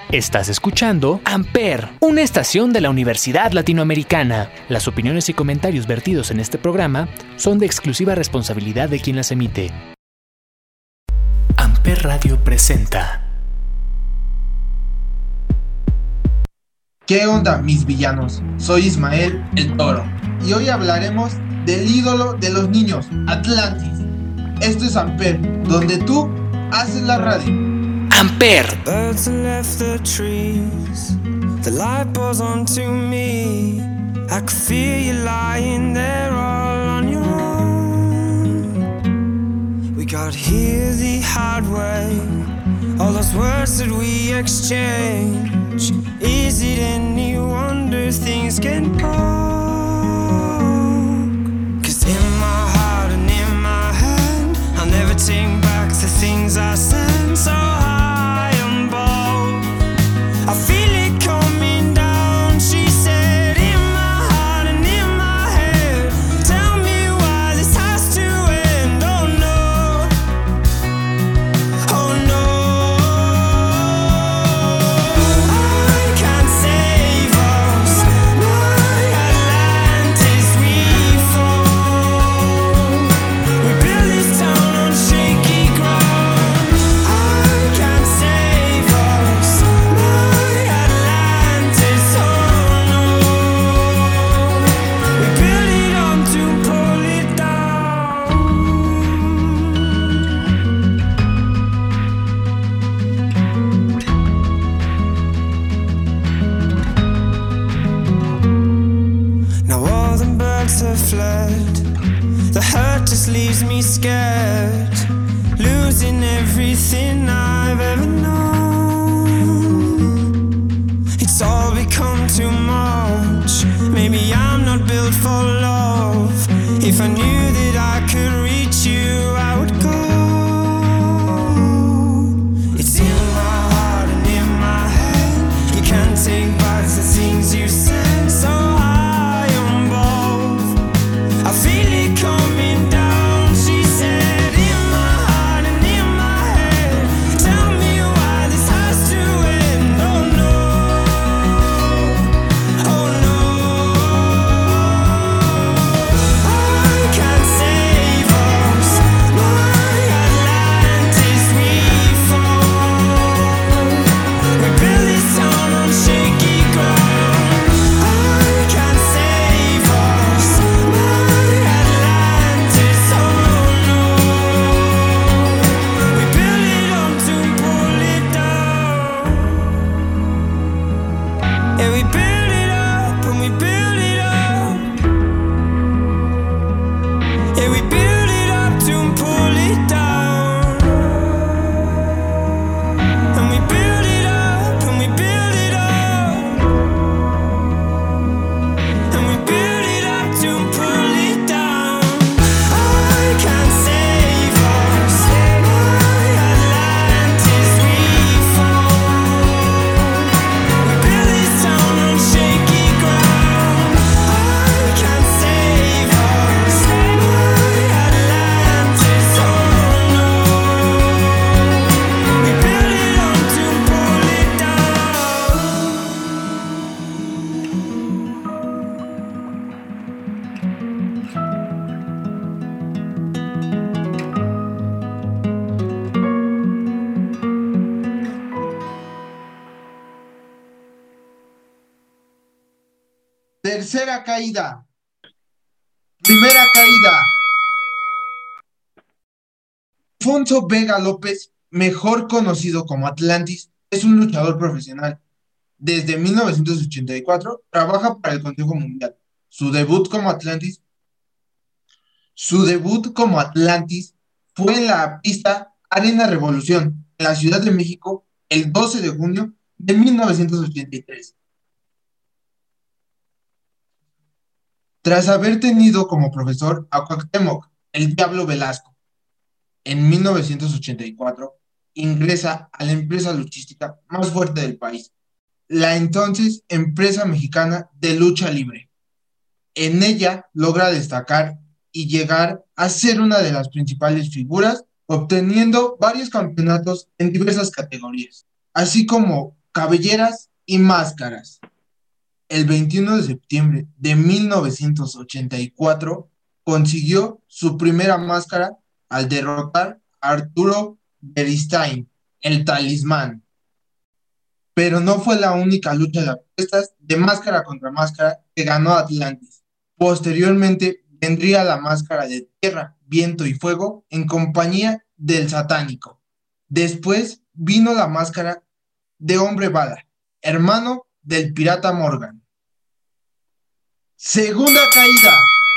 Estás escuchando Amper, una estación de la Universidad Latinoamericana. Las opiniones y comentarios vertidos en este programa son de exclusiva responsabilidad de quien las emite. Amper Radio presenta. ¿Qué onda, mis villanos? Soy Ismael el Toro y hoy hablaremos del ídolo de los niños, Atlantis. Esto es Amper, donde tú haces la radio. Amper. Birds have left the trees. The light pours onto me. I could feel you lying there all on your own. We got here the hard way. All those words that we exchange. Is it any wonder things get broke? 'Cause in my heart and in my hand, I'll never take back the things I said. So high on bold, I feel it coming down. She said, in my heart and in my head, tell me why this has to end. Oh no, oh no, I can't save us. My Atlantis, we fall. We build this town on shaky ground. I can't save us. My Atlantis, oh no. We build it up to pull it down. Now all the birds have fled. The hurt just leaves me scared, losing everything I've ever known. It's all become too much. Maybe I'm not built for love. If I knew that I could reach you, I would go. It's in my heart and in my head. You can't take back the things you said. So high on both, I feel it coming down. She said, in my heart and in my head, tell me why this has to end. Oh no, oh no, I can't save us. My Atlantis, we fall. We build this town on shaky ground. I can't save us. My Atlantis, oh no. We build it up to pull it down. Yeah, we build it up and we build it up. Yeah, we build it up to pull it down. And we build it up and we build it up. And we build it up to pull it down. I can't save us. My Atlantis, we fall. We build this town on shaky ground. I can't save us. My Atlantis, oh no. We build it up to pull it down. Tercera caída. Primera caída. Alfonso Vega López, mejor conocido como Atlantis, es un luchador profesional. Desde 1984 trabaja para el Consejo Mundial. Su debut como Atlantis fue en la pista Arena Revolución, en la Ciudad de México, el 12 de junio de 1983. Tras haber tenido como profesor a Cuauhtémoc, el Diablo Velasco, en 1984 ingresa a la empresa luchística más fuerte del país, la entonces Empresa Mexicana de Lucha Libre. En ella logra destacar y llegar a ser una de las principales figuras, obteniendo varios campeonatos en diversas categorías, así como cabelleras y máscaras. El 21 de septiembre de 1984 consiguió su primera máscara al derrotar a Arturo Beristain, el Talismán. Pero no fue la única lucha de apuestas de máscara contra máscara que ganó Atlantis. Posteriormente vendría la máscara de Tierra, Viento y Fuego en compañía del Satánico. Después vino la máscara de Hombre Bala, hermano del Pirata Morgan. Segunda caída.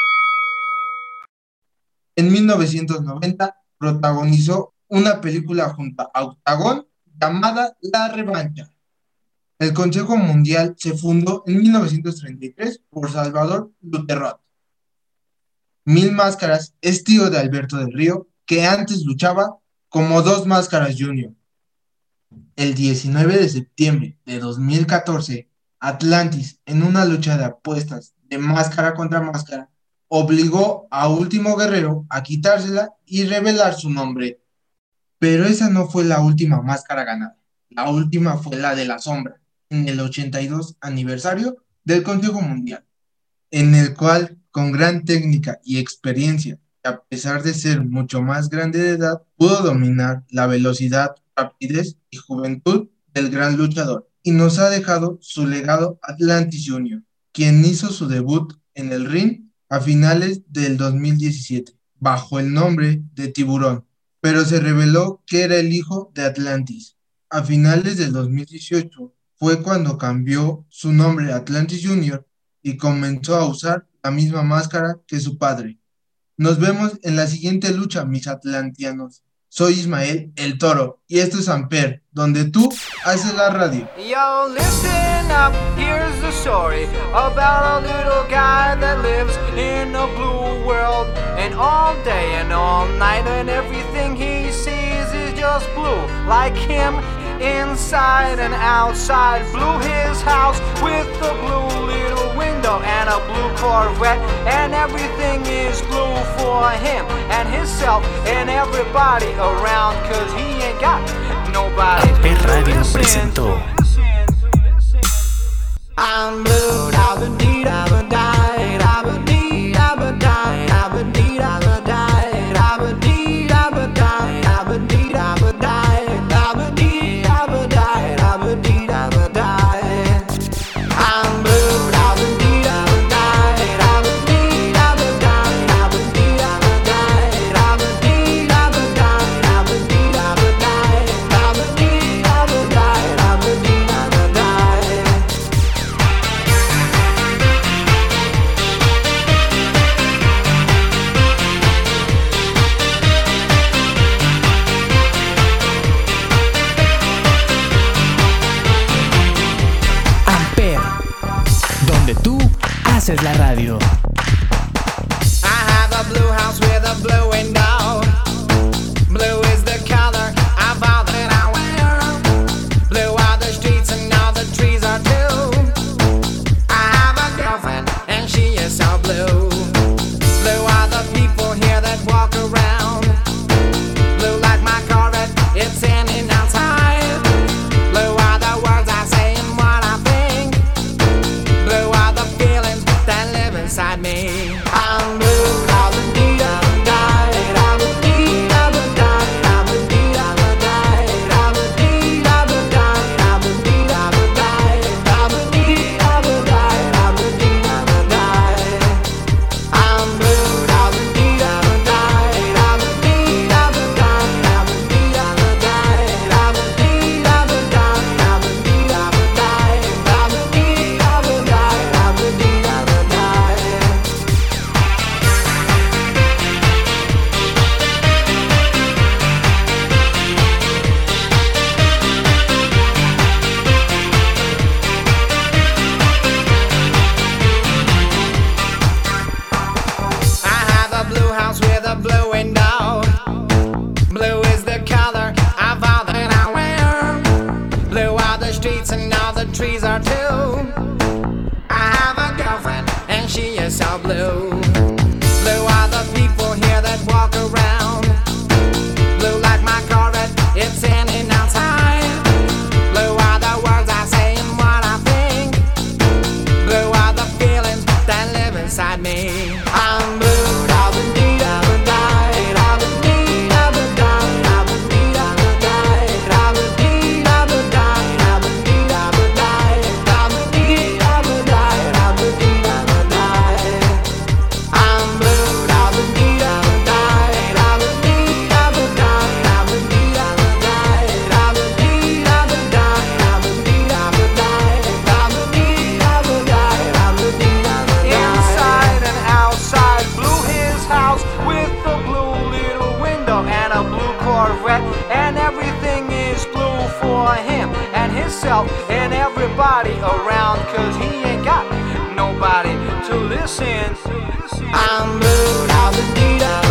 En 1990 protagonizó una película junto a Octagón llamada La Revancha. El Consejo Mundial se fundó en 1933 por Salvador Luterot. Mil Máscaras es tío de Alberto del Río, que antes luchaba como Dos Máscaras Jr. El 19 de septiembre de 2014, Atlantis, en una lucha de apuestas de máscara contra máscara, obligó a Último Guerrero a quitársela y revelar su nombre. Pero esa no fue la última máscara ganada. La última fue la de la Sombra, en el 82 aniversario del Consejo Mundial, en el cual, con gran técnica y experiencia, a pesar de ser mucho más grande de edad, pudo dominar la velocidad, rapidez y juventud del gran luchador, y nos ha dejado su legado Atlantis Jr., quien hizo su debut en el ring a finales del 2017, bajo el nombre de Tiburón, pero se reveló que era el hijo de Atlantis. A finales del 2018 fue cuando cambió su nombre a Atlantis Jr. y comenzó a usar la misma máscara que su padre. Nos vemos en la siguiente lucha, mis atlantianos. Soy Ismael el Toro y esto es Amper, donde tú haces la radio. Yo, listen up, here's the story about a little guy that lives in a blue world. And all day and all night and everything he sees is just blue. Like him, inside and outside. Blew his house with a blue little window and a blue Corvette. And everything is blue for him and himself and everybody around, cause he ain't got nobody. Amper Radio presentó I'm blue, da ba dee da ba die, da ba dee da ba die, da ba dee da ba die, da ba dee da ba die, da ba dee da ba die, da ba dee da ba die, da ba dee da ba die. I'm blue, da ba dee da ba die, da ba dee da ba die, da ba dee da ba die, da ba dee da ba die, da ba dee da ba die, da ba dee da ba die, da ba dee da ba die. Amper, donde tú haces la radio. I have a blue house with a blue window. Blue is the color of all that I wear. Blue are the streets and all the trees are too. I have a girlfriend and she is so blue. Blue are the people here that walk around. Blue like my Corvette, it's in and outside. Blue are the words I say and what I think. Blue are the feelings that live inside me. I'm blue, da ba dee da ba die, da ba dee da ba die, da ba dee da ba die, da ba dee da ba die, da ba dee da ba die, da ba dee da ba die, da ba dee da ba die. I'm blue, da ba dee da ba die, da ba dee da ba die, da ba dee da ba die, da ba dee da ba die, da ba dee da ba die, da ba dee da ba die, da ba dee da ba die. I have a blue house with a blue window. Blue is the color of all that I wear. Blue are the streets and all the trees are too. I have a girlfriend and she is so blue. Blue are the people here that walk around. Blue like my Corvette, it's in and outside. Blue are the words himself and everybody around, 'cause he ain't got nobody to listen. I'm blue, da da dee da.